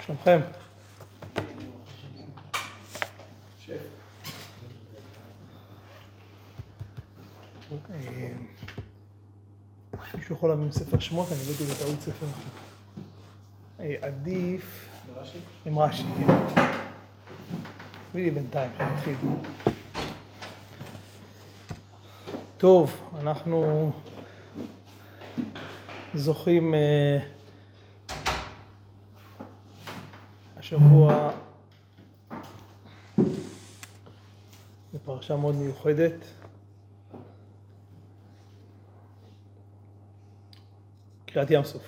שלומכם? מישהו יכול להביא ספר שמות? אני הבאתי בטעות ספר. עדיף עם רש"י. תביא לי בינתיים, נתחיל. טוב, אנחנו זוכים השבוע בפרשה מאוד מיוחדת. קריאת ים סוף.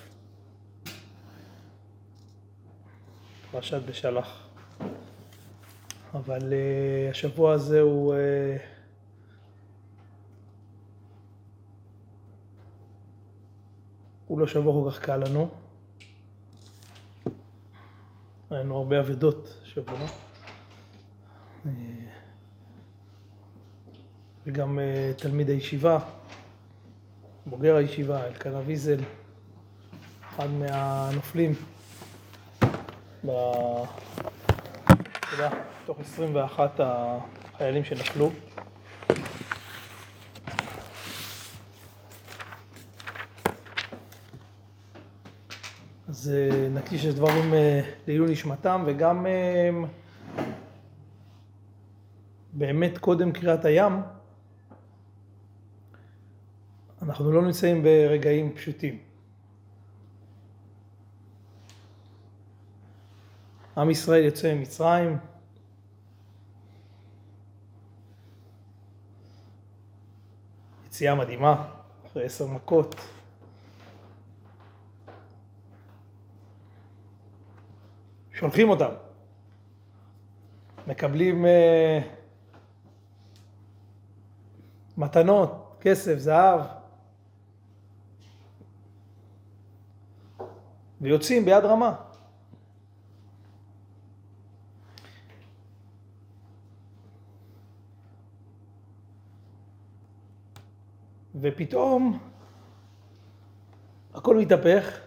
פרשת בשלח. אבל השבוע הזה הוא לא שבוע כל כך קל לנו. היה לנו הרבה אבדות שבוע. וגם תלמיד הישיבה, בוגר הישיבה, אלקנה ויזל, אחד מהנופלים בתוך 21 החיילים שנפלו. אז נקדיש את דברים לעילוי נשמתם, וגם באמת קודם קריאת הים, אנחנו לא נמצאים ברגעים פשוטים. עם ישראל יוצא ממצרים, יציאה מדהימה, אחרי 10 מכות. שולחים אותם, מקבלים מתנות, כסף, זהב, ויוצאים ביד רמה. ופתאום הכל מתהפך,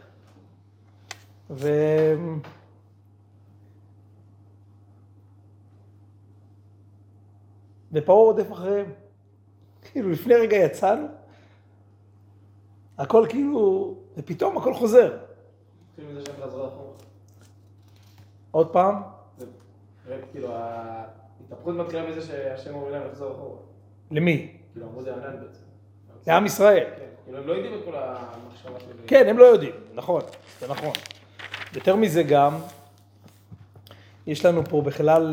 ופרעה רודף אחריהם. כאילו לפני רגע יצאנו, הכל כאילו, ופתאום הכל חוזר. כאילו מזה שהם חזרו אחורה. עוד פעם? כאילו, ההתהפכות מתחילה מזה שהשם אומר להם לחזור אחורה. למי? כאילו, אמרו זה ענן בעצם. לעם ישראל. כן, כאילו, הם לא יודעים את כל המחשבה שלי. כן, הם לא יודעים, נכון, זה נכון. יותר מזה גם, יש לנו פה בכלל,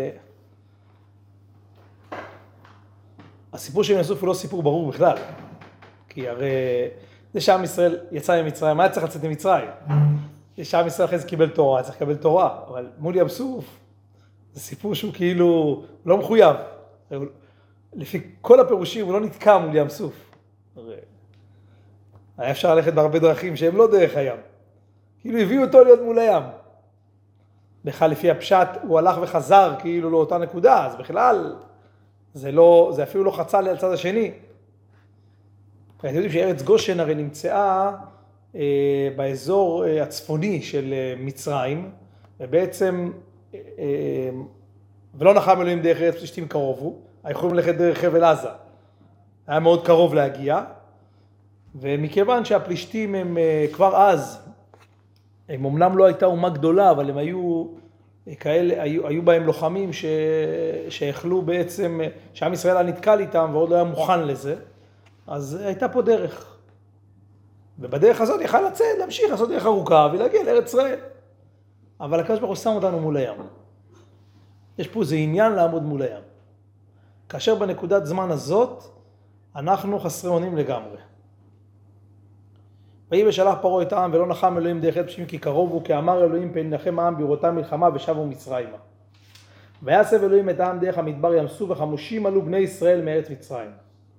הסיפור של ים סוף הוא לא סיפור ברור בכלל. כי הרי זה שעם ישראל יצא ממצרים, מה היה צריך לצאת ממצרים? זה שעם ישראל אחרי זה קיבל תורה, צריך לקבל תורה, אבל מול ים סוף, זה סיפור שהוא כאילו לא מחויב. לפי כל הפירושים הוא לא נתקע מול ים סוף. היה אפשר ללכת בהרבה דרכים שהם לא דרך הים. כאילו הביאו אותו להיות מול הים. בכלל לפי הפשט הוא הלך וחזר כאילו לאותה נקודה, אז בכלל זה אפילו לא חצה לצד השני. אתם יודעים שארץ גושן הרי נמצאה באזור הצפוני של מצרים, ובעצם, ולא נחם אלוהים דרך ארץ פלישתים קרובו, יכולים ללכת דרך חבל עזה. היה מאוד קרוב להגיע, ומכיוון שהפלישתים הם כבר אז, הם אומנם לא הייתה אומה גדולה, אבל הם היו בהם לוחמים שיכלו בעצם, שעם ישראל היה נתקל איתם ועוד לא היה מוכן לזה, אז הייתה פה דרך. ובדרך הזאת יכל לצאת, להמשיך, לעשות דרך ארוכה ולהגיע לארץ ישראל. אבל הקדוש ברוך הוא שם אותנו מול הים. יש פה איזה עניין לעמוד מול הים. כאשר בנקודת זמן הזאת, אנחנו חסרי אונים לגמרי. ויהי בשלח פרעה את העם ולא נחם אלוהים דרך ארץ פלישתים כי קרוב הוא, כי אמר אלוהים פן ינחם העם בראותם מלחמה ושבו מצרימה. ויסב אלוהים את העם דרך המדבר ים סוף וחמושים עלו בני ישראל מארץ מצרים.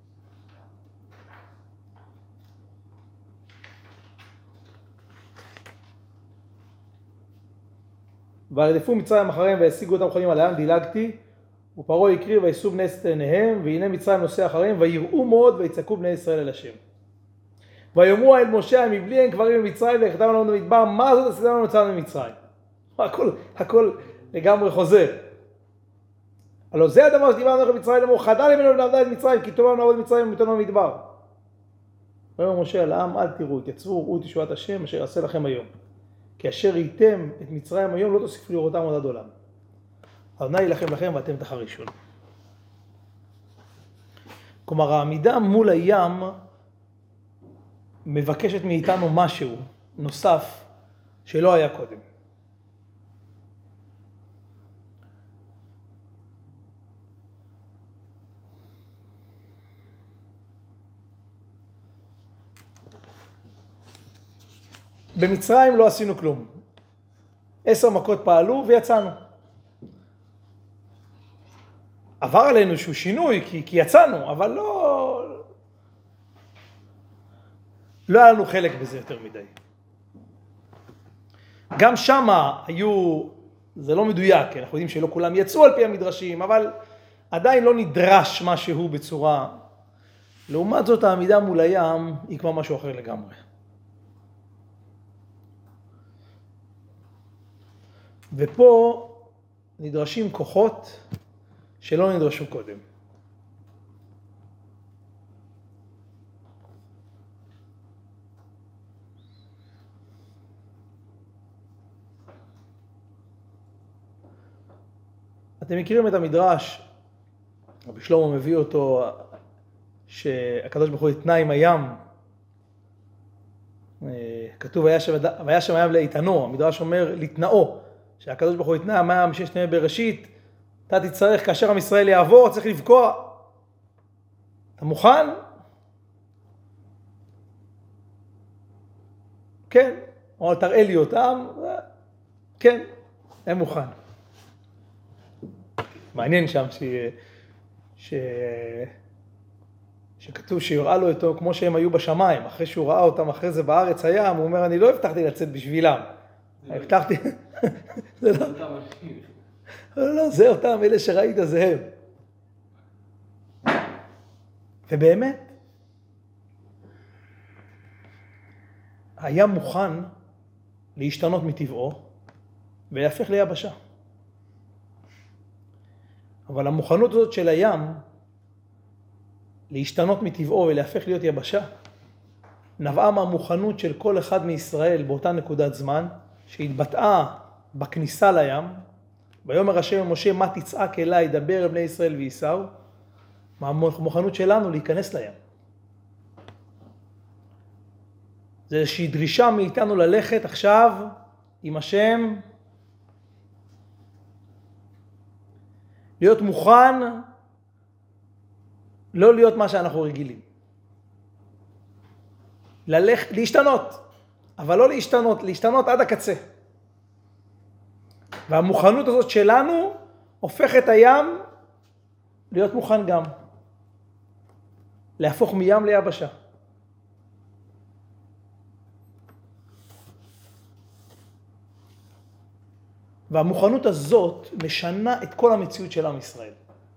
וירדפו מצרים אחריהם והשיגו אותם חולים על הים, דילגתי, ופרעה הקריב ויסעו בני ישראל את עיניהם, והנה מצרים נוסע אחריהם, ויראו מאוד ויצעקו בני ישראל אל השם. ויאמרו אל משה מבלי אין קברים במצרים ויחתם לנו במדבר, מה זאת עשיתם לנו יצאנו ממצרים? הכל לגמרי חוזר. הלוא זה הדבר שדיברנו לכם במצרים לאמור, חדל ממנו ונעבדה את מצרים, כי טוב לנו לעבוד מצרים ומתנו במדבר. ויאמר משה אל העם, אל תראו, התייצבו, ראו את ישועת השם אשר יעשה לכם היום. כי אשר ראיתם את מצרים היום, לא תוסיפו לראותם עוד עד עולם. אדוני ילחם לכם ואתם תחרישון. כלומר, העמידה מול הים מבקשת מאיתנו משהו נוסף שלא היה קודם. במצרים לא עשינו כלום. 10 מכות פעלו ויצאנו. עבר עלינו איזשהו שינוי כי יצאנו, אבל לא היה לנו חלק בזה יותר מדי. גם שמה היו, זה לא מדויק, כי אנחנו יודעים שלא כולם יצאו על פי המדרשים, אבל עדיין לא נדרש משהו בצורה. לעומת זאת העמידה מול הים היא כבר משהו אחר לגמרי. ופה נדרשים כוחות שלא נדרשו קודם. אתם מכירים את המדרש, רבי שלמה מביא אותו, שהקדוש ברוך הוא התנה עם הים. כתוב, והיה שם הים לאיתנו, המדרש אומר לתנאו, שהקדוש ברוך הוא התנה המים מששת ימי בראשית, אתה תצטרך, כאשר עם ישראל יעבור, צריך לבקוע. אתה מוכן? כן. או תראה לי אותם? כן, הם מוכן. מעניין שם שכתוב שיראה לו אותו כמו שהם היו בשמיים. אחרי שהוא ראה אותם אחרי זה בארץ הים, הוא אומר, אני לא הבטחתי לצאת בשבילם. הבטחתי... זה לא, זה אותם, אלה שראית זה הם. ובאמת, היה מוכן להשתנות מטבעו ולהפך ליבשה. אבל המוכנות הזאת של הים להשתנות מטבעו ולהפך להיות יבשה, נבעה מהמוכנות של כל אחד מישראל באותה נקודת זמן, שהתבטאה בכניסה לים, ויאמר השם למשה, מה תצעק אליי, דבר אל בני ישראל וייסעו, מהמוכנות שלנו להיכנס לים. זה איזושהי דרישה מאיתנו ללכת עכשיו עם השם, להיות מוכן, לא להיות מה שאנחנו רגילים. להשתנות, אבל לא להשתנות עד הקצה. והמוכנות הזאת שלנו הופכת הים להיות מוכן גם. להפוך מים ליבשה. והמוכנות הזאת משנה את כל המציאות של עם ישראל.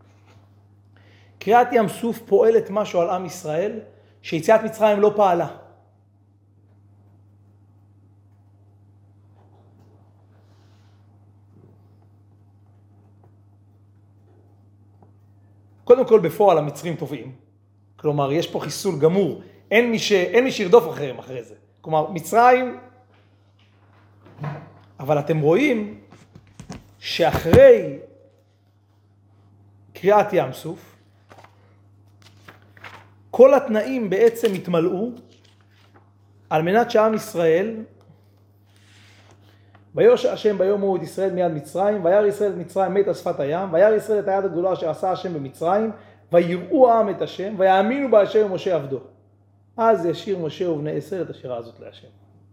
קריעת ים סוף פועלת משהו על עם ישראל שיציאת מצרים לא פעלה. קודם כל בפועל המצרים טובעים. כלומר, יש פה חיסול גמור. אין מי שירדוף אחריהם אחרי זה. כלומר, מצרים, אבל אתם רואים שאחרי קריעת ים סוף, כל התנאים בעצם התמלאו על מנת שעם ישראל, ויושע השם ביום ההוא את ישראל מיד מצרים, וירא ישראל את מצרים מת על שפת הים, וירא ישראל את היד הגדולה אשר עשה השם במצרים, ויראו העם את השם, ויאמינו בהשם ומשה עבדו. אז ישיר משה ובני ישראל את השירה הזאת להשם.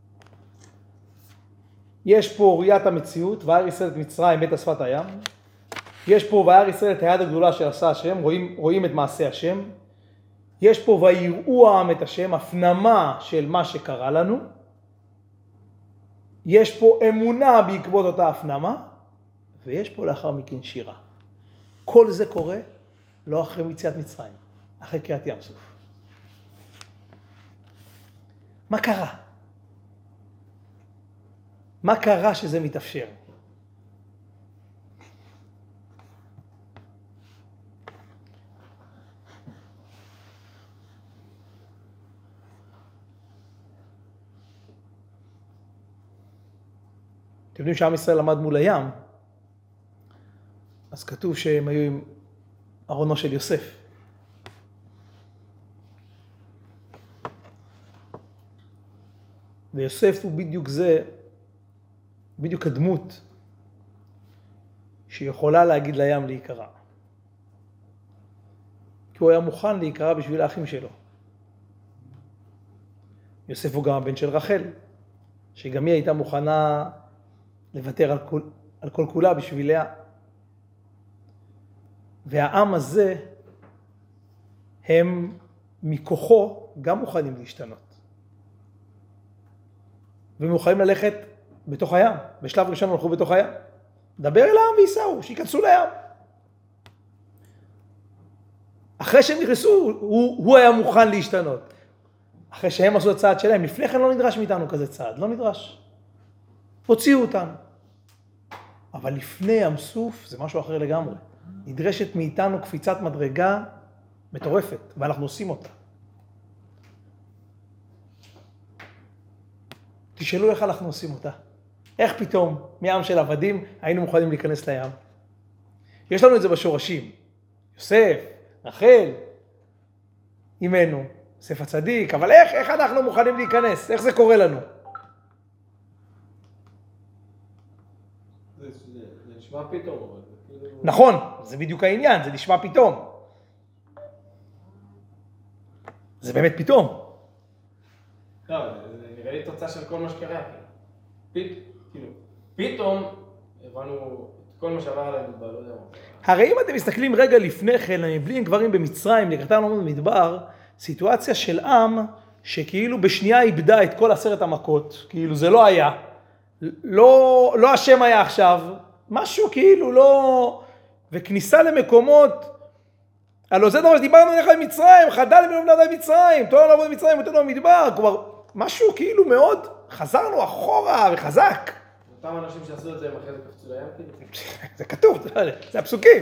יש פה ראיית המציאות, וירא ישראל את מצרים מת על שפת הים. יש פה וירא ישראל את היד הגדולה אשר עשה השם, רואים את מעשה השם. יש פה ויראו העם את השם, הפנמה של מה שקרה לנו. יש פה אמונה בעקבות אותה הפנמה, ויש פה לאחר מכן שירה. כל זה קורה לא אחרי מציאת מצרים, אחרי קריעת ים סוף. מה קרה? מה קרה שזה מתאפשר? אתם יודעים שעם ישראל עמד מול הים, אז כתוב שהם היו עם ארונו של יוסף. ויוסף הוא בדיוק זה, בדיוק הדמות שיכולה להגיד לים להיקרא. כי הוא היה מוכן להיקרא בשביל האחים שלו. יוסף הוא גם הבן של רחל, שגם היא הייתה מוכנה לוותר על כל כולה בשביל לאה. והעם הזה, הם מכוחו גם מוכנים להשתנות. והם מוכנים ללכת בתוך הים. בשלב ראשון הלכו בתוך הים. דבר אל העם ויסעו, שיכנסו לים. אחרי שהם נכנסו, הוא היה מוכן להשתנות. אחרי שהם עשו את הצעד שלהם, לפני כן לא נדרש מאיתנו כזה צעד, לא נדרש. הוציאו אותנו. אבל לפני ים סוף זה משהו אחר לגמרי. נדרשת מאיתנו קפיצת מדרגה מטורפת, ואנחנו עושים אותה. תשאלו איך אנחנו עושים אותה. איך פתאום, מעם של עבדים, היינו מוכנים להיכנס לים? יש לנו את זה בשורשים. יוסף, רחל, אמנו, יוסף הצדיק, אבל איך אנחנו מוכנים להיכנס? איך זה קורה לנו? זה נשמע פתאום. נכון, זה בדיוק העניין, זה נשמע פתאום. זה באמת פתאום. לא, זה נראה לי תוצאה של כל מה שקרה. פתאום הבנו את כל מה שעבר עליהם במדבר, לא יודע מה. הרי אם אתם מסתכלים רגע לפני כן, המבלים גברים במצרים, לקראתם לא במדבר, סיטואציה של עם שכאילו בשנייה איבדה את כל 10 המכות, כאילו זה לא היה, לא השם היה עכשיו, משהו כאילו לא, וכניסה למקומות, הלוא זה דבר שדיברנו עליך במצרים, חדל מלבד במצרים, תנו לנו לעבוד במצרים, תנו לנו במדבר, כבר משהו כאילו מאוד, חזרנו אחורה וחזק. אותם אנשים שעשו את זה, הם אחרי זה קפצו לים, כאילו? זה כתוב, זה הפסוקים.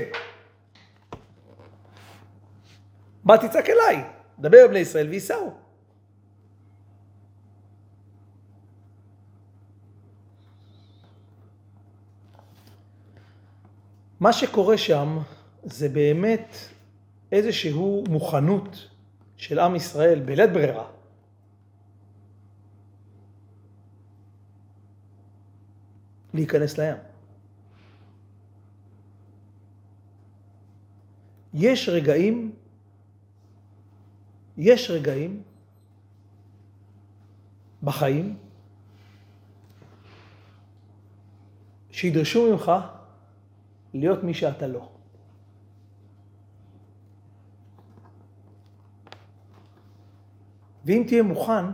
מה תצעק אליי? דבר בני ישראל ויסעו. מה שקורה שם זה באמת איזשהו מוכנות של עם ישראל בלית ברירה. להיכנס לים. יש רגעים בחיים שידרשו ממך להיות מי שאתה לא. ואם תהיה מוכן,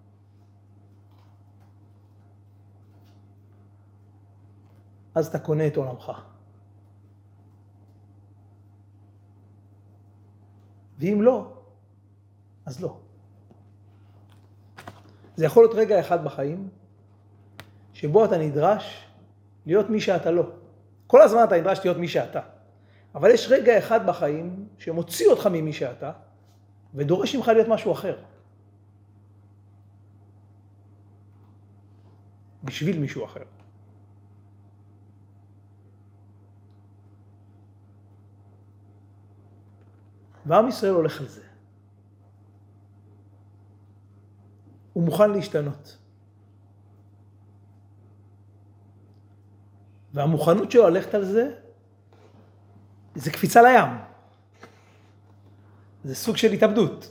אז אתה קונה את עולמך. ואם לא, אז לא. זה יכול להיות רגע אחד בחיים, שבו אתה נדרש להיות מי שאתה לא. כל הזמן אתה נדרש להיות מי שאתה. אבל יש רגע אחד בחיים שמוציא אותך ממי שאתה, ודורש ממך להיות משהו אחר. בשביל מישהו אחר. ועם ישראל הולך על זה. הוא מוכן להשתנות. והמוכנות שלו ללכת על זה, זה קפיצה לים. זה סוג של התאבדות.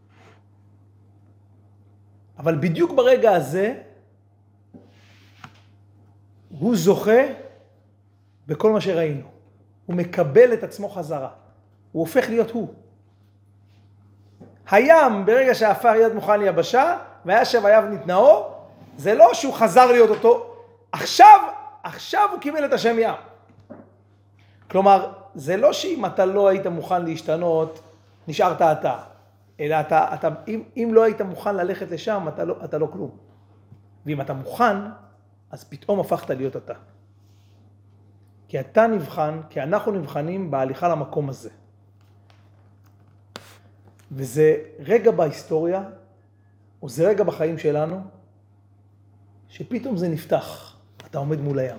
אבל בדיוק ברגע הזה, הוא זוכה בכל מה שראינו. הוא מקבל את עצמו חזרה. הוא הופך להיות הוא. הים, ברגע שהעפר יד מוכן ליבשה, וישב היב נתנאו, זה לא שהוא חזר להיות אותו. עכשיו הוא קיבל את השם ים. כלומר, זה לא שאם אתה לא היית מוכן להשתנות, נשארת אתה. אלא אם לא היית מוכן ללכת לשם, אתה לא כלום. ואם אתה מוכן, אז פתאום הפכת להיות אתה. כי אתה נבחן, כי אנחנו נבחנים בהליכה למקום הזה. וזה רגע בהיסטוריה, או זה רגע בחיים שלנו, שפתאום זה נפתח. אתה עומד מול הים.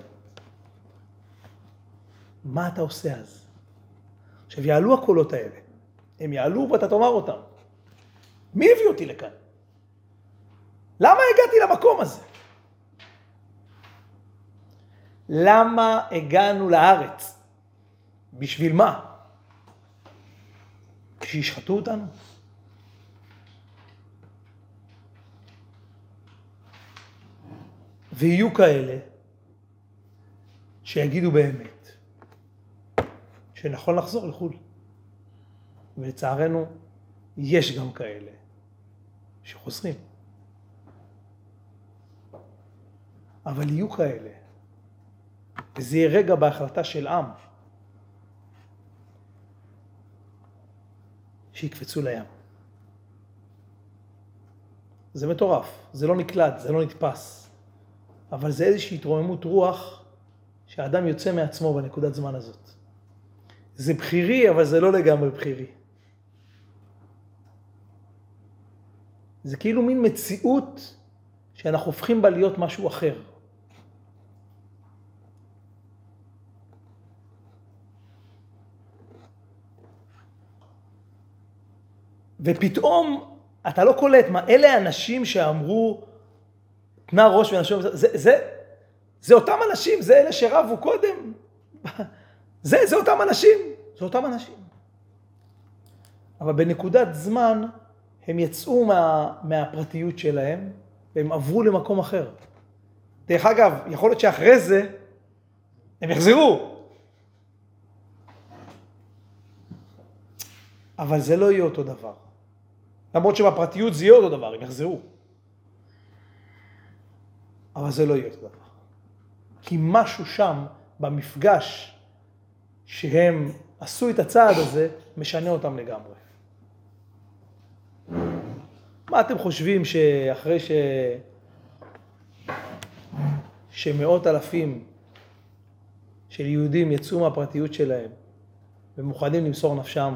מה אתה עושה אז? עכשיו יעלו הקולות האלה. הם יעלו ואתה תאמר אותם. מי הביא אותי לכאן? למה הגעתי למקום הזה? למה הגענו לארץ? בשביל מה? שישחטו אותנו? ויהיו כאלה שיגידו באמת שנכון לחזור לחו"ל. ולצערנו יש גם כאלה שחוזרים. אבל יהיו כאלה, וזה יהיה רגע בהחלטה של עם, שיקפצו לים. זה מטורף, זה לא נקלט, זה לא נתפס. אבל זה איזושהי התרוממות רוח שהאדם יוצא מעצמו בנקודת זמן הזאת. זה בחירי, אבל זה לא לגמרי בחירי. זה כאילו מין מציאות שאנחנו הופכים בה להיות משהו אחר. ופתאום אתה לא קולט מה אלה האנשים שאמרו תנה ראש ואנשים, זה אותם אנשים, זה אלה שרבו קודם. זה אותם אנשים, זה אותם אנשים. אבל בנקודת זמן הם יצאו מהפרטיות שלהם והם עברו למקום אחר. דרך אגב, יכול להיות שאחרי זה הם יחזרו. אבל זה לא יהיה אותו דבר. למרות שבפרטיות זה יהיה אותו דבר, הם יחזרו. אבל זה לא יהיה אותו דבר. כי משהו שם, במפגש שהם עשו את הצעד הזה, משנה אותם לגמרי. מה אתם חושבים שאחרי שמאות אלפים של יהודים יצאו מהפרטיות שלהם ומוכנים למסור נפשם,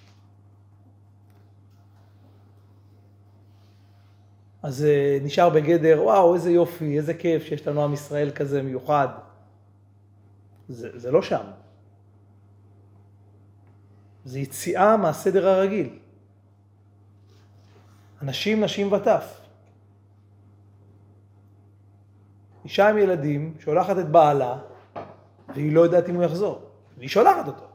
אז נשאר בגדר, וואו, איזה יופי, איזה כיף שיש לנו עם ישראל כזה מיוחד. זה לא שם. זה יציאה מהסדר הרגיל. אנשים, נשים וטף. אישה עם ילדים שולחת את בעלה, והיא לא יודעת אם הוא יחזור. והיא שולחת אותו.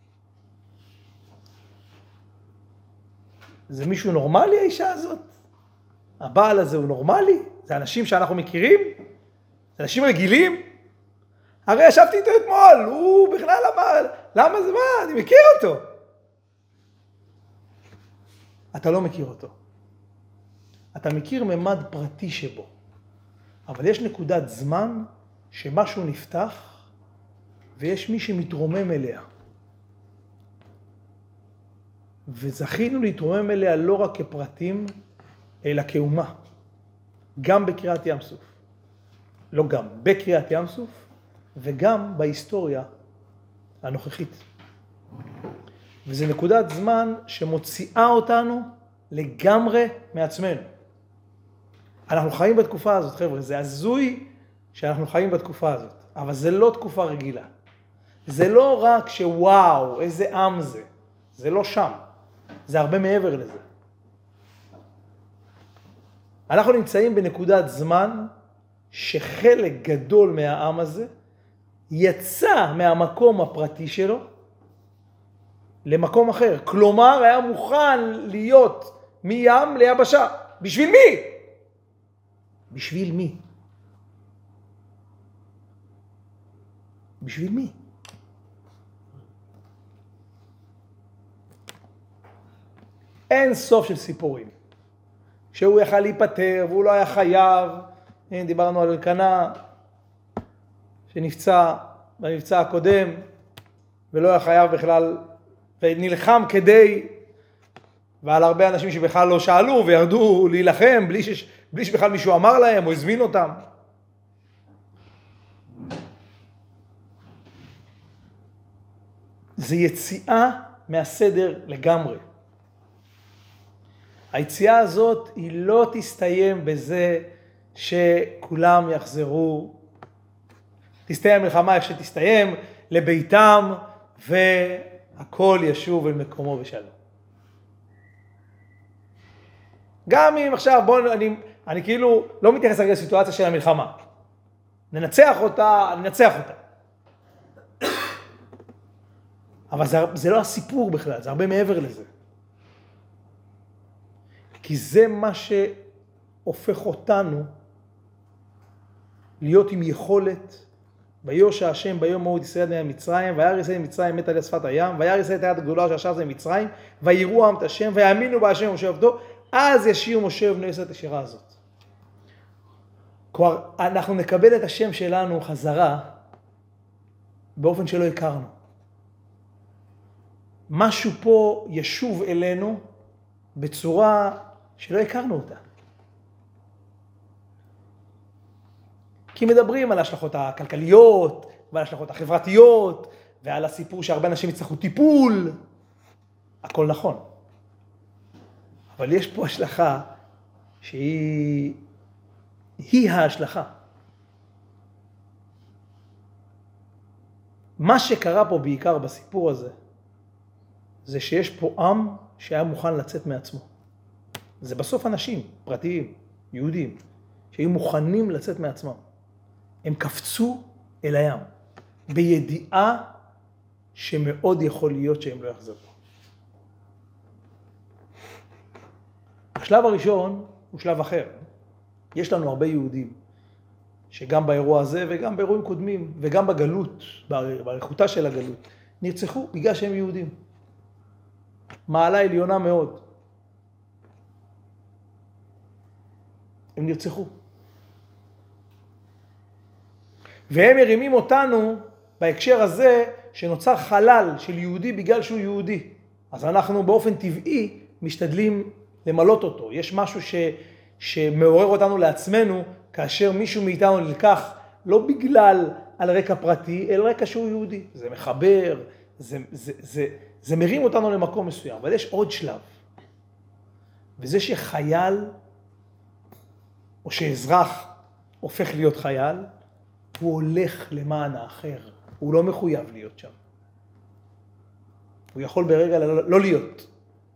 זה מישהו נורמלי, האישה הזאת? הבעל הזה הוא נורמלי? זה אנשים שאנחנו מכירים? זה אנשים רגילים? הרי ישבתי איתו אתמול, הוא בכלל אמר, למה זה מה? אני מכיר אותו. אתה לא מכיר אותו. אתה מכיר ממד פרטי שבו. אבל יש נקודת זמן שמשהו נפתח ויש מי שמתרומם אליה. וזכינו להתרומם אליה לא רק כפרטים, אלא כאומה. גם בקריאת ים סוף. לא גם, בקריאת ים סוף, וגם בהיסטוריה הנוכחית. וזה נקודת זמן שמוציאה אותנו לגמרי מעצמנו. אנחנו חיים בתקופה הזאת, חבר'ה, זה הזוי שאנחנו חיים בתקופה הזאת, אבל זה לא תקופה רגילה. זה לא רק שוואו, איזה עם זה. זה לא שם. זה הרבה מעבר לזה. אנחנו נמצאים בנקודת זמן שחלק גדול מהעם הזה יצא מהמקום הפרטי שלו למקום אחר. כלומר, היה מוכן להיות מים ליבשה. בשביל מי? בשביל מי? בשביל מי? אין סוף של סיפורים. שהוא יכל להיפטר והוא לא היה חייב. דיברנו על אלקנה שנפצע במבצע הקודם ולא היה חייב בכלל ונלחם כדי, ועל הרבה אנשים שבכלל לא שאלו וירדו להילחם בלי שבכלל מישהו אמר להם או הזמין אותם. זה יציאה מהסדר לגמרי. היציאה הזאת היא לא תסתיים בזה שכולם יחזרו תסתיים המלחמה איך שתסתיים, לביתם, והכל ישוב אל מקומו בשלום. גם אם עכשיו, אני כאילו לא מתייחס רק לסיטואציה של המלחמה. ננצח אותה. אבל זה לא הסיפור בכלל, זה הרבה מעבר לזה. כי זה מה שהופך אותנו להיות עם יכולת, ויושע השם ביום מות ישראל מן מצרים, וירא ישראל ממצרים מת על שפת הים, וירא ישראל את היד הגדולה שעכשיו זה מצרים, ויראו העם את השם, ויאמינו בהשם ומשה עבדו, אז ישיר משה ובני ישראל את השירה הזאת. כבר אנחנו נקבל את השם שלנו חזרה באופן שלא הכרנו. משהו פה ישוב אלינו בצורה שלא הכרנו אותה. כי מדברים על ההשלכות הכלכליות, ועל ההשלכות החברתיות, ועל הסיפור שהרבה אנשים יצטרכו טיפול. הכל נכון. אבל יש פה השלכה שהיא ההשלכה. מה שקרה פה בעיקר בסיפור הזה, זה שיש פה עם שהיה מוכן לצאת מעצמו. זה בסוף אנשים פרטיים, יהודים, שהיו מוכנים לצאת מעצמם. הם קפצו אל הים, בידיעה שמאוד יכול להיות שהם לא יחזרו. השלב הראשון הוא שלב אחר. יש לנו הרבה יהודים, שגם באירוע הזה וגם באירועים קודמים, וגם בגלות, באריכותה של הגלות, נרצחו בגלל שהם יהודים. מעלה עליונה מאוד. הם נרצחו. והם מרימים אותנו בהקשר הזה שנוצר חלל של יהודי בגלל שהוא יהודי. אז אנחנו באופן טבעי משתדלים למלות אותו. יש משהו שמעורר אותנו לעצמנו כאשר מישהו מאיתנו נלקח לא בגלל על רקע פרטי, אלא רקע שהוא יהודי. זה מחבר, זה מרים אותנו למקום מסוים. אבל יש עוד שלב. וזה שחייל או שאזרח הופך להיות חייל, הוא הולך למען האחר. הוא לא מחויב להיות שם. הוא יכול ברגע לא להיות.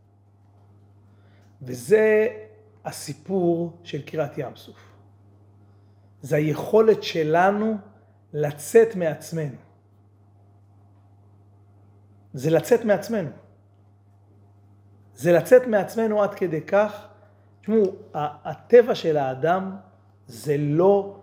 וזה הסיפור של קריעת ים סוף. זה היכולת שלנו לצאת מעצמנו. זה לצאת מעצמנו. זה לצאת מעצמנו עד כדי כך. תשמעו, הטבע של האדם זה לא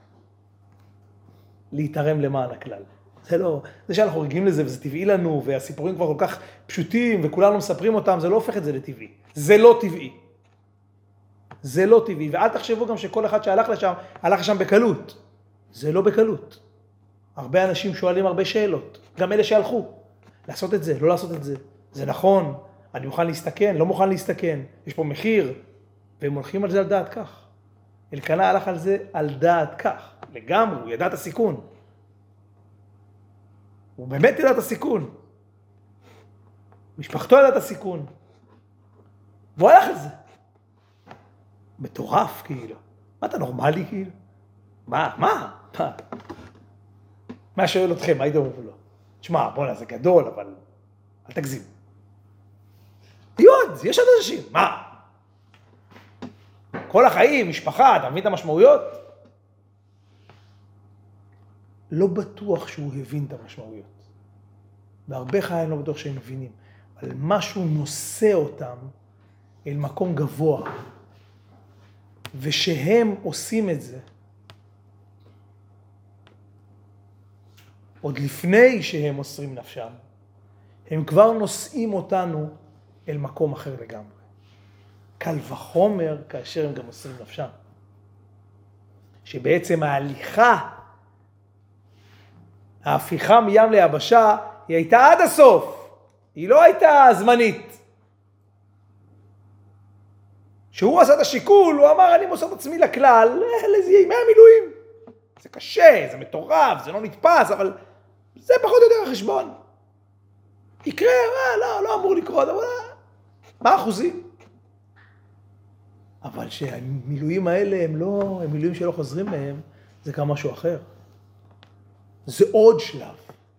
להתערם למען הכלל. זה לא, זה שאנחנו רגילים לזה וזה טבעי לנו, והסיפורים כבר כל כך פשוטים וכולנו מספרים אותם, זה לא הופך את זה לטבעי. זה לא טבעי. זה לא טבעי. ואל תחשבו גם שכל אחד שהלך לשם, הלך לשם בקלות. זה לא בקלות. הרבה אנשים שואלים הרבה שאלות. גם אלה שהלכו. לעשות את זה, לא לעשות את זה. זה נכון, אני מוכן להסתכן, לא מוכן להסתכן. יש פה מחיר, והם הולכים על זה על דעת כך. אלקנה הלך על זה על דעת כך. לגמרי, הוא ידע את הסיכון. הוא באמת ידע את הסיכון. משפחתו ידע את הסיכון. והוא הלך על זה. מטורף כאילו. מה אתה נורמלי כאילו? מה? מה שואל אתכם? מה הייתם אומרים לו? תשמע, בוא'נה, זה גדול, אבל אל תגזים. יש עוד אנשים, מה? כל החיים, משפחה, אתה מבין את המשמעויות? לא בטוח שהוא הבין את המשמעויות. והרבה חיים לא בטוח שהם מבינים. אבל משהו נושא אותם אל מקום גבוה. ושהם עושים את זה, עוד לפני שהם מוסרים נפשם, הם כבר נושאים אותנו אל מקום אחר לגמרי. קל וחומר כאשר הם גם מוסרים נפשם. שבעצם ההפיכה מים ליבשה, היא הייתה עד הסוף. היא לא הייתה זמנית. כשהוא עשה את השיקול, הוא אמר, אני מוסר את עצמי לכלל, זה ימי המילואים. זה קשה, זה מטורף, זה לא נתפס, אבל זה פחות או יותר החשבון. יקרה, לא אמור לקרות, אבל מה אחוזים? אבל שהמילואים האלה הם מילואים שלא חוזרים מהם, זה גם משהו אחר. זה עוד שלב.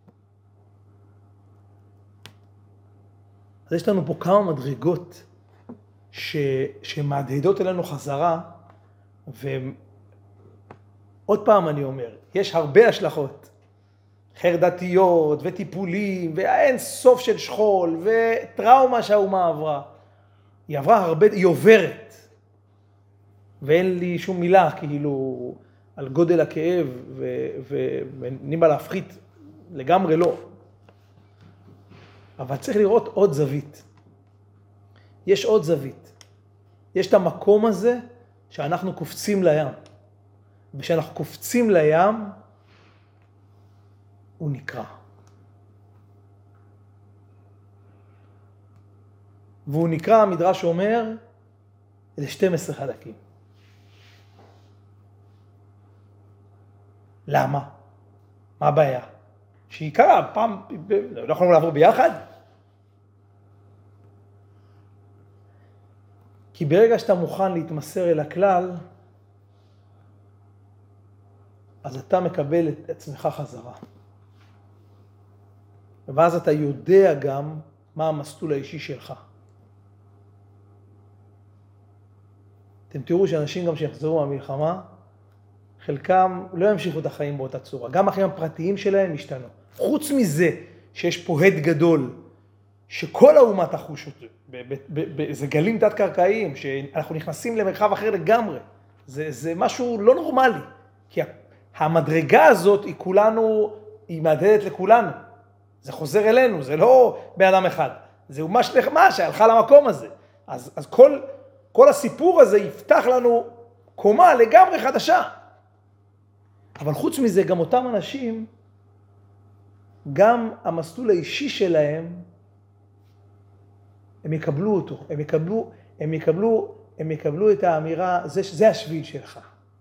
אז יש לנו פה כמה מדרגות שמהדהדות אלינו חזרה, ועוד פעם אני אומר, יש הרבה השלכות, חרדתיות וטיפולים, ואין סוף של שכול, וטראומה שהאומה עברה. היא עברה הרבה, היא עוברת, ואין לי שום מילה כאילו על גודל הכאב, ואין בה להפחית, לגמרי לא. אבל צריך לראות עוד זווית. יש עוד זווית. יש את המקום הזה שאנחנו קופצים לים. וכשאנחנו קופצים לים, הוא נקרע. והוא נקרא, המדרש אומר, זה 12 חלקים. למה? מה הבעיה? שיקרה, פעם, לא יכולנו לעבור ביחד? כי ברגע שאתה מוכן להתמסר אל הכלל, אז אתה מקבל את עצמך חזרה. ואז אתה יודע גם מה המסלול האישי שלך. אתם תראו שאנשים גם שיחזרו מהמלחמה, חלקם לא ימשיכו את החיים באותה צורה. גם החיים הפרטיים שלהם השתנו. חוץ מזה שיש פה הד גדול, שכל האומה תחוש אותו. זה גלים תת-קרקעיים, שאנחנו נכנסים למרחב אחר לגמרי. זה משהו לא נורמלי. כי המדרגה הזאת היא כולנו, היא מהדהדת לכולנו. זה חוזר אלינו, זה לא באדם אחד. זה אומה שלמה שהלכה למקום הזה. אז כל הסיפור הזה יפתח לנו קומה לגמרי חדשה. אבל חוץ מזה, גם אותם אנשים, גם המסלול האישי שלהם, הם יקבלו אותו, הם יקבלו את האמירה, זה השביל שלך.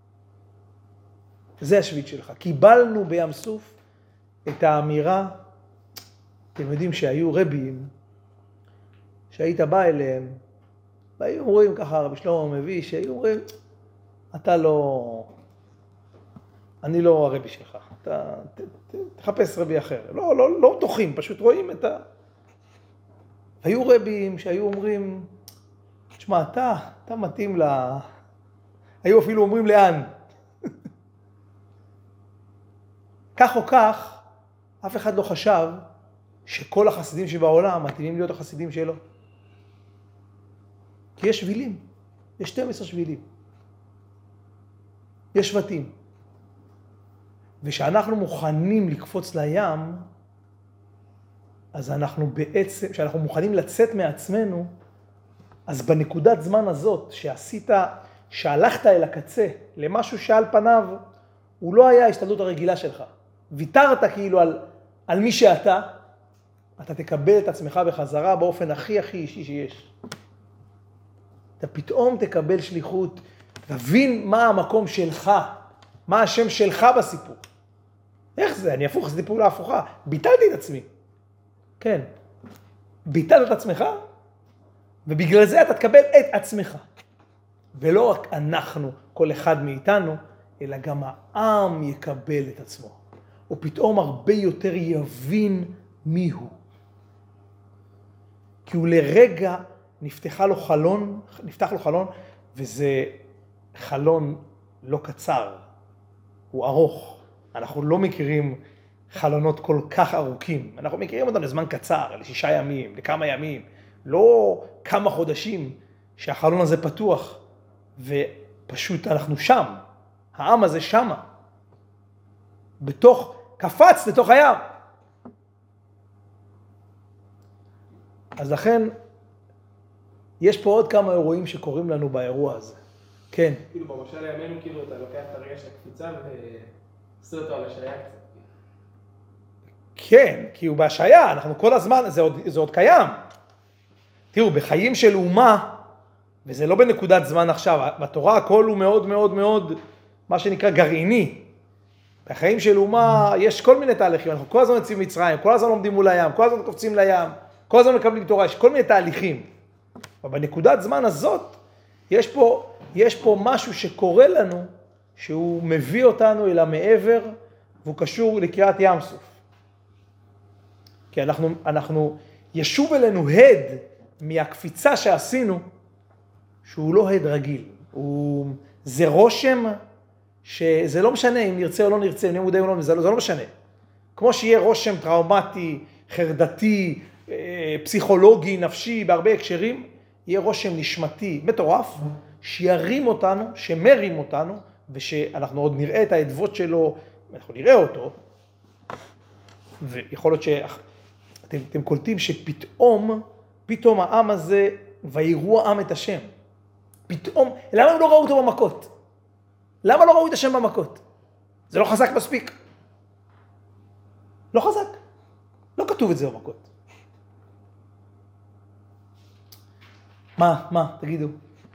זה השביל שלך. קיבלנו בים סוף את האמירה, אתם יודעים שהיו רבים, שהיית בא אליהם, והיו אומרים ככה, רבי שלמה מביא, שהיו אומרים, אתה לא, אני לא הרבי שלך, אתה תחפש רבי אחר. לא תוחים, פשוט רואים את ה... היו רבים שהיו אומרים, תשמע, אתה מתאים היו אפילו אומרים לאן. כך או כך, אף אחד לא חשב שכל החסידים שבעולם מתאימים להיות החסידים שלו. כי יש שבילים, יש 12 שבילים. יש שבטים. ושאנחנו מוכנים לקפוץ לים, אז אנחנו בעצם, כשאנחנו מוכנים לצאת מעצמנו, אז בנקודת זמן הזאת שהלכת אל הקצה, למשהו שעל פניו, הוא לא היה ההשתדלות הרגילה שלך. ויתרת כאילו על מי שאתה, אתה תקבל את עצמך בחזרה באופן הכי אישי שיש. אתה פתאום תקבל שליחות, תבין מה המקום שלך, מה השם שלך בסיפור. איך זה? אני הפוך, עשיתי פעולה הפוכה. ביטלתי את עצמי. כן. ביטלת את עצמך, ובגלל זה אתה תקבל את עצמך. ולא רק אנחנו, כל אחד מאיתנו, אלא גם העם יקבל את עצמו. הוא פתאום הרבה יותר יבין מי הוא. כי הוא לרגע נפתח לו חלון, וזה חלון לא קצר, הוא ארוך. אנחנו לא מכירים חלונות כל כך ארוכים, אנחנו מכירים אותם לזמן קצר, ל6 ימים, לכמה ימים, לא כמה חודשים שהחלון הזה פתוח, ופשוט אנחנו שם, העם הזה שמה, קפץ לתוך הים. אז לכן, יש פה עוד כמה אירועים שקורים לנו באירוע הזה. כן. כאילו במשל לימינו, כאילו אתה לוקח את הרגע של הקפיצה ועושה אותו על השעיה קצת. כן, כי הוא בהשעיה, אנחנו כל הזמן, זה עוד קיים. תראו, בחיים של אומה, וזה לא בנקודת זמן עכשיו, בתורה הכל הוא מאוד מאוד מאוד, מה שנקרא גרעיני. בחיים של אומה יש כל מיני תהליכים, אנחנו כל הזמן יוצאים מצרים, כל הזמן לומדים מול הים, כל הזמן קופצים לים, כל הזמן מקבלים תורה, יש כל מיני תהליכים. אבל בנקודת זמן הזאת, יש פה משהו שקורה לנו, שהוא מביא אותנו אל המעבר, והוא קשור לקריאת ים סוף. כי אנחנו ישוב אלינו הד מהקפיצה שעשינו, שהוא לא הד רגיל. זה רושם שזה לא משנה אם נרצה או לא נרצה, אם נהיה מודעים או לא, זה לא משנה. כמו שיהיה רושם טראומטי, חרדתי, פסיכולוגי, נפשי, בהרבה הקשרים, יהיה רושם נשמתי מטורף, שירים אותנו, שמרים אותנו, ושאנחנו עוד נראה את העדבות שלו, אנחנו נראה אותו, ויכול להיות שאתם קולטים שפתאום העם הזה, ויראו העם את השם. פתאום, למה הם לא ראו אותו במכות? למה לא ראו את השם במכות? זה לא חזק מספיק. לא חזק. לא כתוב את זה במכות. מה? תגידו.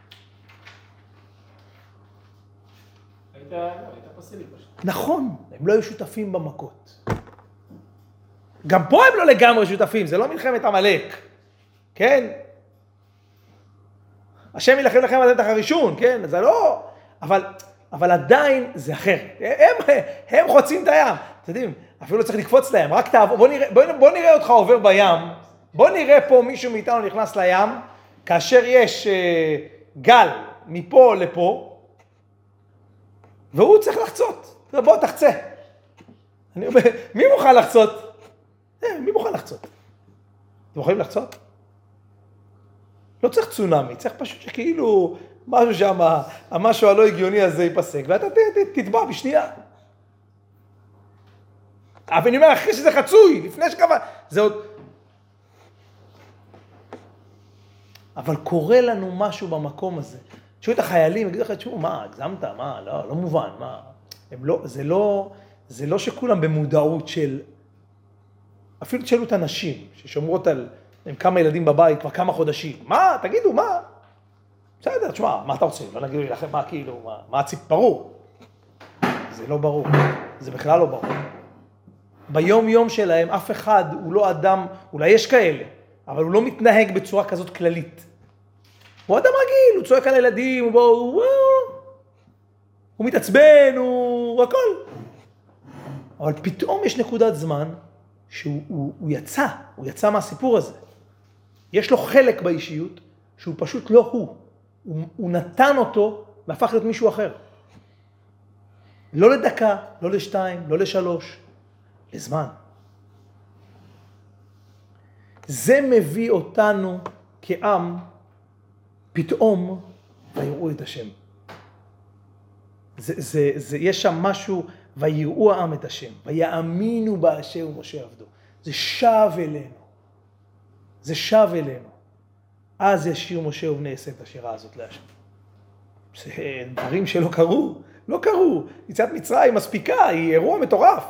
היית פסיבי פשוט. נכון, הם לא היו שותפים במכות. גם פה הם לא לגמרי שותפים, זה לא מלחמת עמלק. כן? השם ילחם לכם ואתם תחרישון, כן? זה לא... אבל עדיין זה אחר. הם חוצים את הים. אתם יודעים, אפילו לא צריך לקפוץ להם, רק תעבור. בוא נראה אותך עובר בים. בוא נראה פה מישהו מאיתנו נכנס לים, כאשר יש גל מפה לפה, והוא צריך לחצות. בוא תחצה. מי מוכן לחצות? מי מוכן לחצות? אתם יכולים לחצות? לא צריך צונמי, צריך פשוט שכאילו משהו שם, המשהו הלא הגיוני הזה ייפסק, ואתה תטבע בשנייה. אבל אני אומר, אחרי שזה חצוי, לפני שכמה, זה עוד... אבל קורה לנו משהו במקום הזה. תשאו את החיילים, יגידו לך, תשמעו, מה, הגזמת? מה, לא מובן, מה? זה לא שכולם במודעות של... אפילו תשאלו את הנשים, ששומרות על כמה ילדים בבית כבר כמה חודשים. מה? תגידו, מה? בסדר, תשמע, מה אתה רוצה? לא נגידו לי לכם, מה כאילו, מה ברור? זה לא ברור, זה בכלל לא ברור. ביום יום שלהם אף אחד הוא לא אדם, אולי יש כאלה, אבל הוא לא מתנהג בצורה כזאת כללית. הוא אדם רגיל, הוא צועק על הילדים, הוא מתעצבן, הוא הכל. אבל פתאום יש נקודת זמן שהוא יצא מהסיפור הזה. יש לו חלק באישיות שהוא פשוט לא הוא. הוא נתן אותו והפך להיות מישהו אחר. לא לדקה, לא לשתיים, לא לשלוש, לזמן. זה מביא אותנו כעם פתאום ויראו את השם. יש שם משהו, ויראו העם את השם, ויאמינו באשר ומשה עבדו. זה שב אלינו. זה שב אלינו. אז ישיר משה ובני עשה את השירה הזאת להשם. זה דברים שלא קרו, לא קרו. יציאת מצרים מספיקה, היא אירוע מטורף.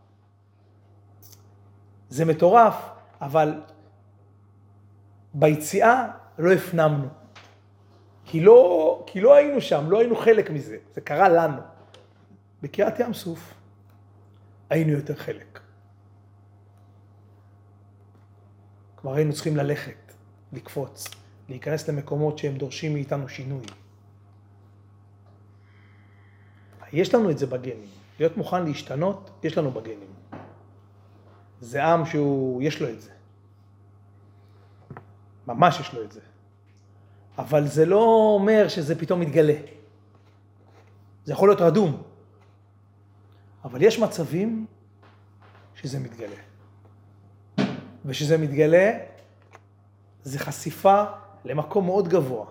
זה מטורף, אבל ביציאה לא הפנמנו. כי לא היינו שם, לא היינו חלק מזה. זה קרה לנו. בקריאת ים סוף היינו יותר חלק. כבר היינו צריכים ללכת, לקפוץ, להיכנס למקומות שהם דורשים מאיתנו שינוי. יש לנו את זה בגנים. להיות מוכן להשתנות, יש לנו בגנים. זה עם יש לו את זה. ממש יש לו את זה. אבל זה לא אומר שזה פתאום מתגלה. זה יכול להיות רדום. אבל יש מצבים שזה מתגלה. ושזה מתגלה, זה חשיפה למקום מאוד גבוה.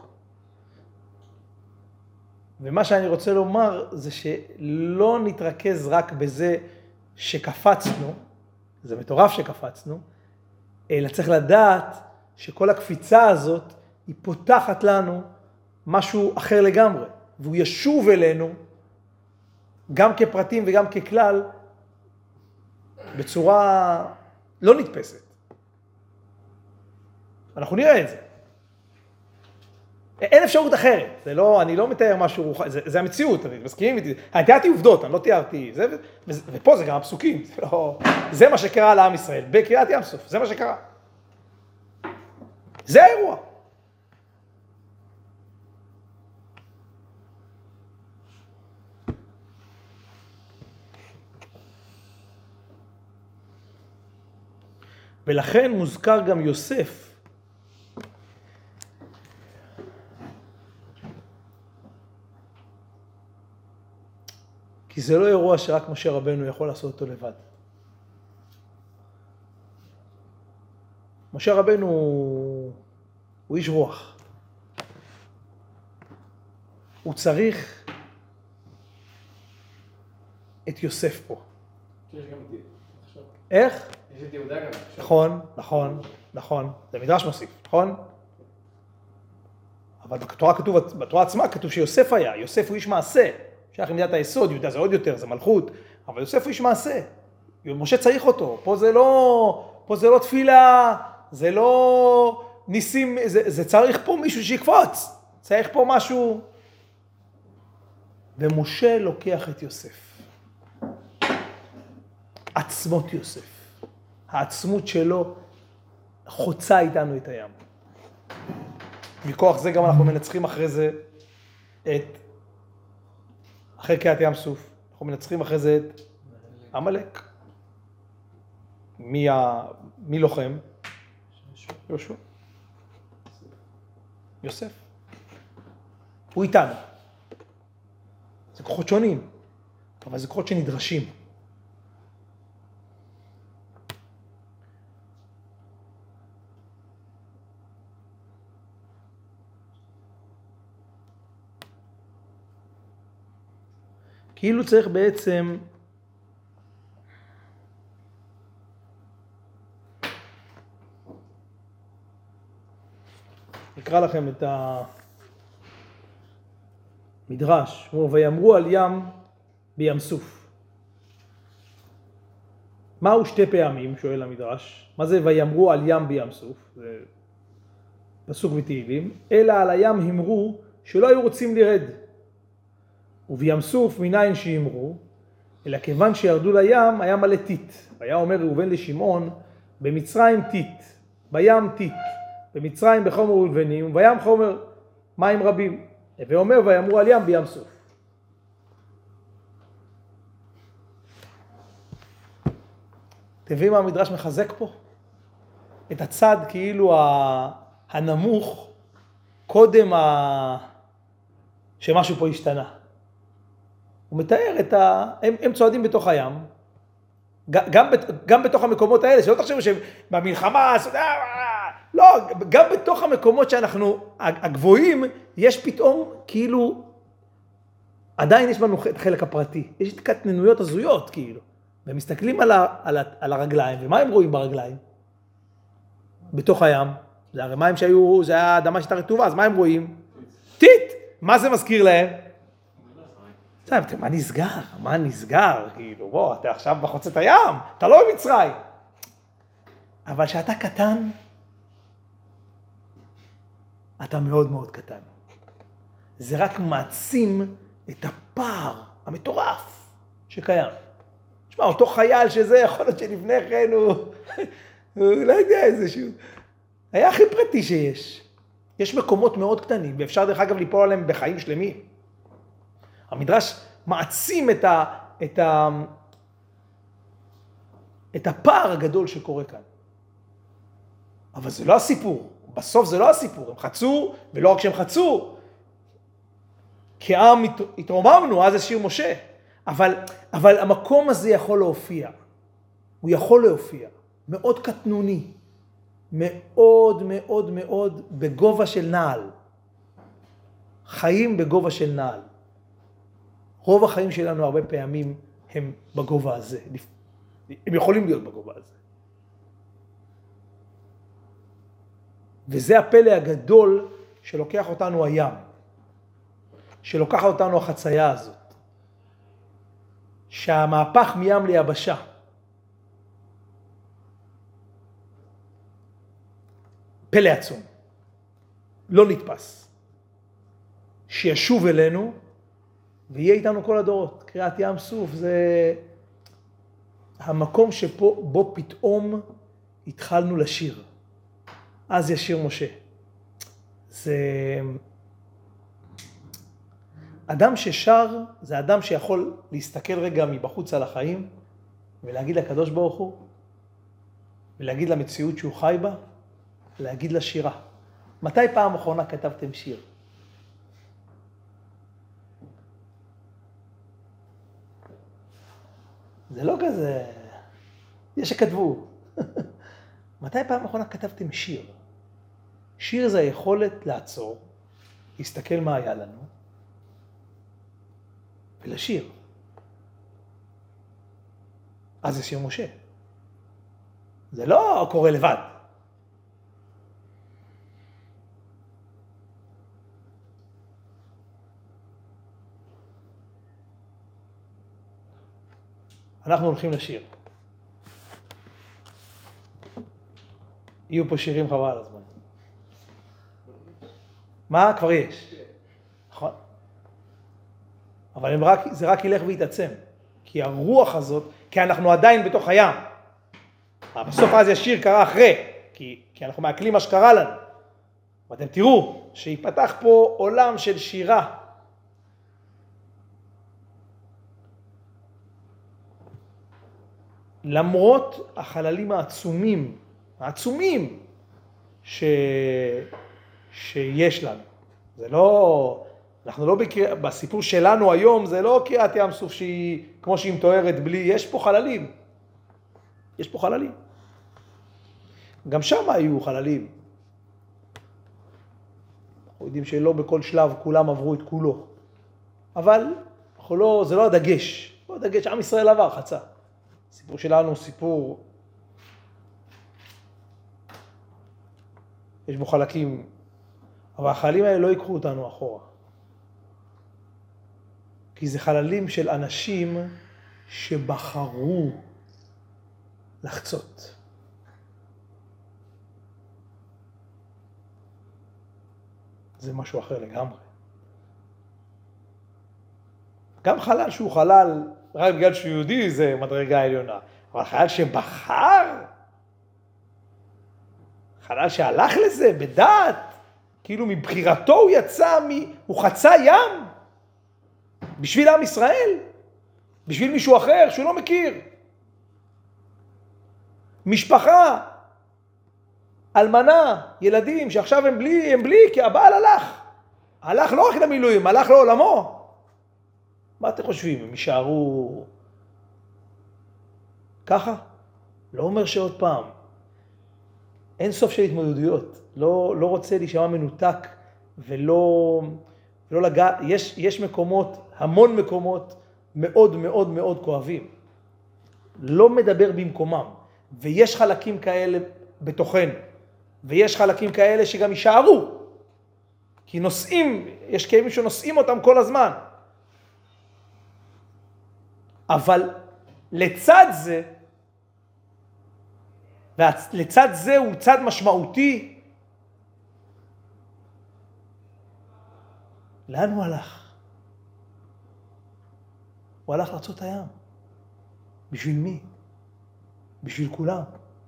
ומה שאני רוצה לומר זה שלא נתרכז רק בזה שקפצנו, זה מטורף שקפצנו, אלא צריך לדעת שכל הקפיצה הזאת היא פותחת לנו משהו אחר לגמרי, והוא ישוב אלינו גם כפרטים וגם ככלל בצורה לא נתפסת. אנחנו נראה את זה. אין אפשרות אחרת, אני לא מתאר משהו, זה המציאות, אני מסכים איתי, אני תיארתי עובדות, אני לא תיארתי, ופה זה גם הפסוקים, זה מה שקרה לעם ישראל, בקריאת ים סוף, זה מה שקרה. זה האירוע. ולכן מוזכר גם יוסף. כי זה לא אירוע שרק משה רבנו יכול לעשות אותו לבד. משה רבנו הוא איש רוח. הוא צריך את יוסף פה. יש גם את עכשיו. איך? יש את יהודה גם. נכון, נכון, נכון. זה מדרש מוסיף, נכון? אבל בתורה עצמה כתוב שיוסף היה. יוסף הוא איש מעשה. שייך למידת היסוד, יהודה זה עוד יותר, זה מלכות. אבל יוסף הוא איש מעשה. משה צריך אותו. פה זה לא תפילה, זה לא ניסים, זה צריך פה מישהו שיקפוץ. צריך פה משהו. ומשה לוקח את יוסף. עצמות יוסף. העצמות שלו חוצה איתנו את הים. מכוח זה גם אנחנו מנצחים אחרי זה אחרי קריעת ים סוף. אנחנו מנצחים אחרי זה את עמלק. מי לוחם? יהושע. יוסף. הוא איתנו. זה כוחות שונים, אבל זה כוחות שנדרשים. כאילו צריך בעצם נקרא לכם את המדרש, ויאמרו על ים בים סוף. מהו שתי פעמים, שואל המדרש? מה זה ויאמרו על ים בים סוף? זה פסוק בתהילים. אלא על הים המרו שלא היו רוצים לרד. ובים סוף מניין שימרו, אלא כיוון שירדו לים היה מלא טיט. היה אומר ראובן לשמעון, במצרים טיט, בים טיט, במצרים בחומר ולבנים, ובים חומר מים רבים. ואומר ויאמרו על ים בים סוף. אתם מבינים מה המדרש מחזק פה? את הצד כאילו הנמוך, קודם שמשהו פה השתנה. הוא מתאר הם צועדים בתוך הים, גם בתוך המקומות האלה, שלא תחשבו שהם במלחמה, לא, גם בתוך המקומות שאנחנו הגבוהים, יש פתאום כאילו, עדיין יש בנו את החלק הפרטי, יש את קטננויות הזויות כאילו, והם מסתכלים על הרגליים, ומה הם רואים ברגליים? בתוך הים, זה הרי מים שהיו, זה היה האדמה שהייתה רטובה, אז מה הם רואים? טיט! מה זה מזכיר להם? מה נסגר? מה נסגר? כאילו, בוא, אתה עכשיו בחוצת הים, אתה לא במצרים. אבל שאתה קטן, אתה מאוד מאוד קטן. זה רק מעצים את הפער המטורף שקיים. תשמע, אותו חייל שזה יכול להיות שלפני כן הוא לא יודע איזשהו, היה הכי פרטי שיש. יש מקומות מאוד קטנים, ואפשר דרך אגב ליפול עליהם בחיים שלמים. המדרש מעצים את הפער הגדול שקורה כאן. אבל זה לא הסיפור. בסוף זה לא הסיפור. הם חצו, ולא רק שהם חצו, כעם התרוממנו, אז זה שיר משה. אבל המקום הזה יכול להופיע. הוא יכול להופיע. מאוד קטנוני. מאוד מאוד מאוד בגובה של נעל. חיים בגובה של נעל. רוב החיים שלנו הרבה פעמים הם בגובה הזה. הם יכולים להיות בגובה הזה. וזה הפלא הגדול שלוקח אותנו הים. שלוקח אותנו החצייה הזאת. שהמהפך מים ליבשה. פלא עצום. לא נתפס. שישוב אלינו ויהיה איתנו כל הדורות. קריעת ים סוף זה המקום שבו פתאום התחלנו לשיר. אז ישיר משה. זה אדם ששר, זה אדם שיכול להסתכל רגע מבחוץ על החיים ולהגיד לקדוש ברוך הוא, ולהגיד למציאות שהוא חי בה, להגיד לה שירה. מתי פעם אחרונה כתבתם שיר? זה לא כזה, יש שכתבו. מתי פעם אחרונה כתבתם שיר? שיר זה היכולת לעצור, להסתכל מה היה לנו, ולשיר. אז זה שיר משה. זה לא קורה לבד. אנחנו הולכים לשיר. יהיו פה שירים חבל על הזמן. מה? כבר יש. נכון. אבל זה רק ילך ויתעצם. כי הרוח הזאת, כי אנחנו עדיין בתוך הים. בסוף אז השיר קרה אחרי, כי אנחנו מעכלים מה שקרה לנו. ואתם תראו שיפתח פה עולם של שירה. למרות החללים העצומים שיש לנו. זה לא, אנחנו לא בסיפור שלנו היום, זה לא קריאת ים סוף שהיא, כמו שהיא מתוארת בלי, יש פה חללים. יש פה חללים. גם שם היו חללים. אנחנו יודעים שלא בכל שלב כולם עברו את כולו. אבל זה לא הדגש. לא הדגש, עם ישראל עבר, חצה. הסיפור שלנו הוא סיפור, יש בו חלקים, אבל החללים האלה לא ייקחו אותנו אחורה. כי זה חללים של אנשים שבחרו לחצות. זה משהו אחר לגמרי. גם חלל שהוא חלל, רק בגלל שהוא יהודי זה מדרגה עליונה. אבל חלל שבחר, חלל שהלך לזה בדעת, כאילו מבחירתו הוא יצא, הוא חצה ים, בשביל עם ישראל, בשביל מישהו אחר שהוא לא מכיר. משפחה, אלמנה, ילדים שעכשיו הם בלי, כי הבעל הלך לא רק למילואים, הלך לעולמו. מה אתם חושבים? הם יישארו ככה? לא אומר שעוד פעם. אין סוף של התמודדויות. לא רוצה להישמע מנותק ולא לגע. יש מקומות, המון מקומות מאוד מאוד מאוד כואבים. לא מדבר במקומם. ויש חלקים כאלה בתוכנו. ויש חלקים כאלה שגם יישארו. כי יש כאבים שנושאים אותם כל הזמן. אבל לצד זה הוא צד משמעותי. לאן הוא הלך? הוא הלך לארצות הים. בשביל מי? בשביל כולם.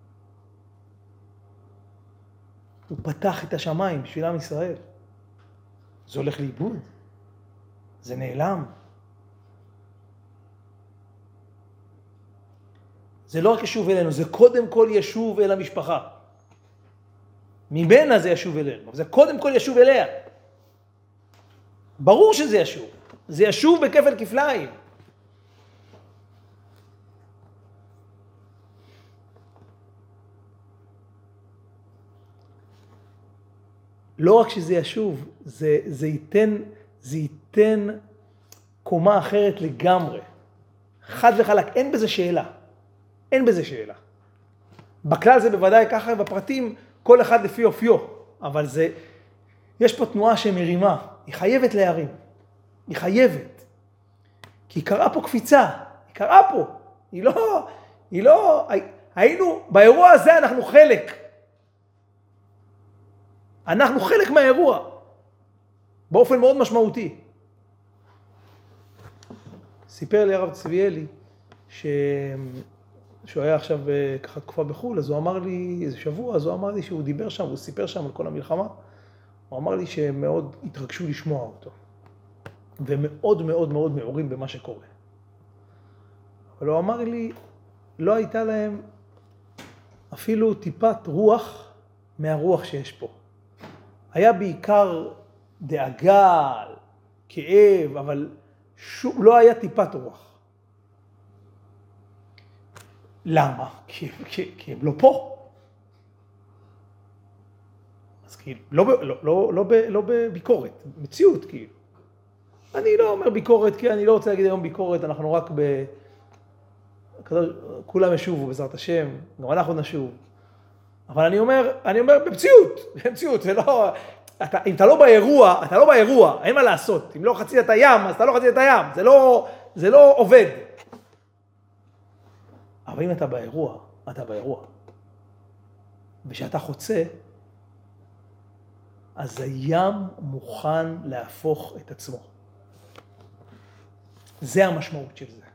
הוא פתח את השמיים בשביל עם ישראל. זה הולך לאיבוד. זה נעלם. זה לא רק ישוב אלינו, זה קודם כל ישוב אל המשפחה. ממנה זה ישוב אלינו, אבל זה קודם כל ישוב אליה. ברור שזה ישוב. זה ישוב בכפל כפליים. לא רק שזה ישוב, זה ייתן קומה אחרת לגמרי. חד וחלק, אין בזה שאלה. אין בזה שאלה. בכלל זה בוודאי ככה, בפרטים כל אחד לפי אופיו, אבל יש פה תנועה שמרימה, היא חייבת להרים, היא חייבת. כי קרה פה קפיצה, היא קרה פה, היא לא, היינו, באירוע הזה אנחנו חלק מהאירוע, באופן מאוד משמעותי. סיפר לי הרב צביאלי, שהוא היה עכשיו ככה תקופה בחול, אז הוא אמר לי, איזה שבוע, אז הוא אמר לי שהוא דיבר שם, הוא סיפר שם על כל המלחמה, הוא אמר לי שהם מאוד התרגשו לשמוע אותו, ומאוד מאוד מאוד מעורים במה שקורה. אבל הוא אמר לי, לא הייתה להם אפילו טיפת רוח מהרוח שיש פה. היה בעיקר דאגה, כאב, אבל לא היה טיפת רוח. למה? כי הם לא פה. אז כאילו, לא בביקורת, מציאות כאילו. אני לא אומר ביקורת, כי אני לא רוצה להגיד היום ביקורת, אנחנו רק כולם ישובו בעזרת השם, גם אנחנו נשוב. אבל אני אומר במציאות, זה לא... אם אתה לא באירוע, אתה לא באירוע, אין מה לעשות. אם לא חצית את הים, אז אתה לא חצית את הים, זה לא עובד. אבל אם אתה באירוע, אתה באירוע. ושאתה חוצה, אז הים מוכן להפוך את עצמו. זה המשמעות של זה.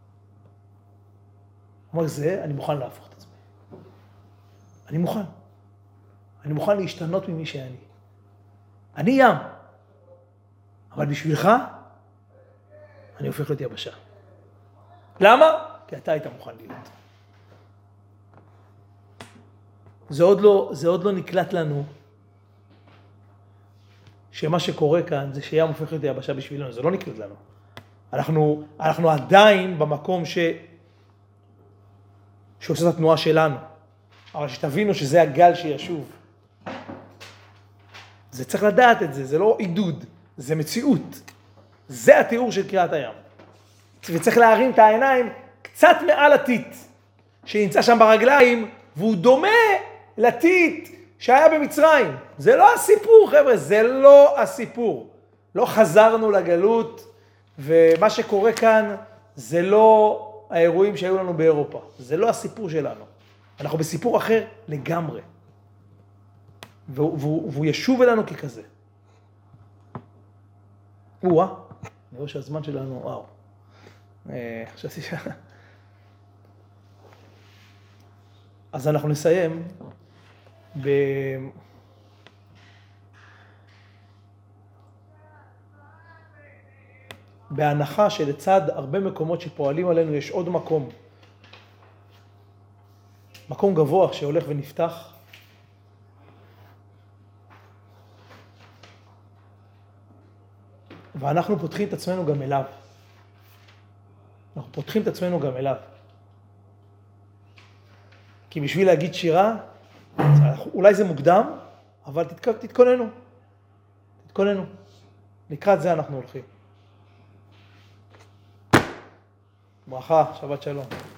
אומר זה, אני מוכן להפוך את עצמי. אני מוכן. אני מוכן להשתנות ממי שאני. אני ים. אבל בשבילך, אני הופך להיות יבשה. למה? כי אתה היית מוכן להיות. זה עוד לא נקלט לנו, שמה שקורה כאן זה שים הופך להיות יבשה בשבילנו. זה לא נקלט לנו. אנחנו עדיין במקום שעושה את התנועה שלנו. אבל שתבינו שזה הגל שישוב. זה צריך לדעת את זה, זה לא עידוד, זה מציאות. זה התיאור של קריאת הים. וצריך להרים את העיניים קצת מעל הטיט, שנמצא שם ברגליים, והוא דומה לטיט שהיה במצרים. זה לא הסיפור, חבר'ה, זה לא הסיפור. לא חזרנו לגלות, ומה שקורה כאן זה לא האירועים שהיו לנו באירופה. זה לא הסיפור שלנו. אנחנו בסיפור אחר לגמרי. והוא ישוב אלינו ככזה. אני רואה שהזמן שלנו, וואו. חשבתי אז אנחנו נסיים בהנחה שלצד הרבה מקומות שפועלים עלינו יש עוד מקום גבוה שהולך ונפתח. ואנחנו פותחים את עצמנו גם אליו. אנחנו פותחים את עצמנו גם אליו. כי בשביל להגיד שירה, אולי זה מוקדם, אבל תתכוננו. תתכוננו. לקראת זה אנחנו הולכים. ברכה, שבת שלום.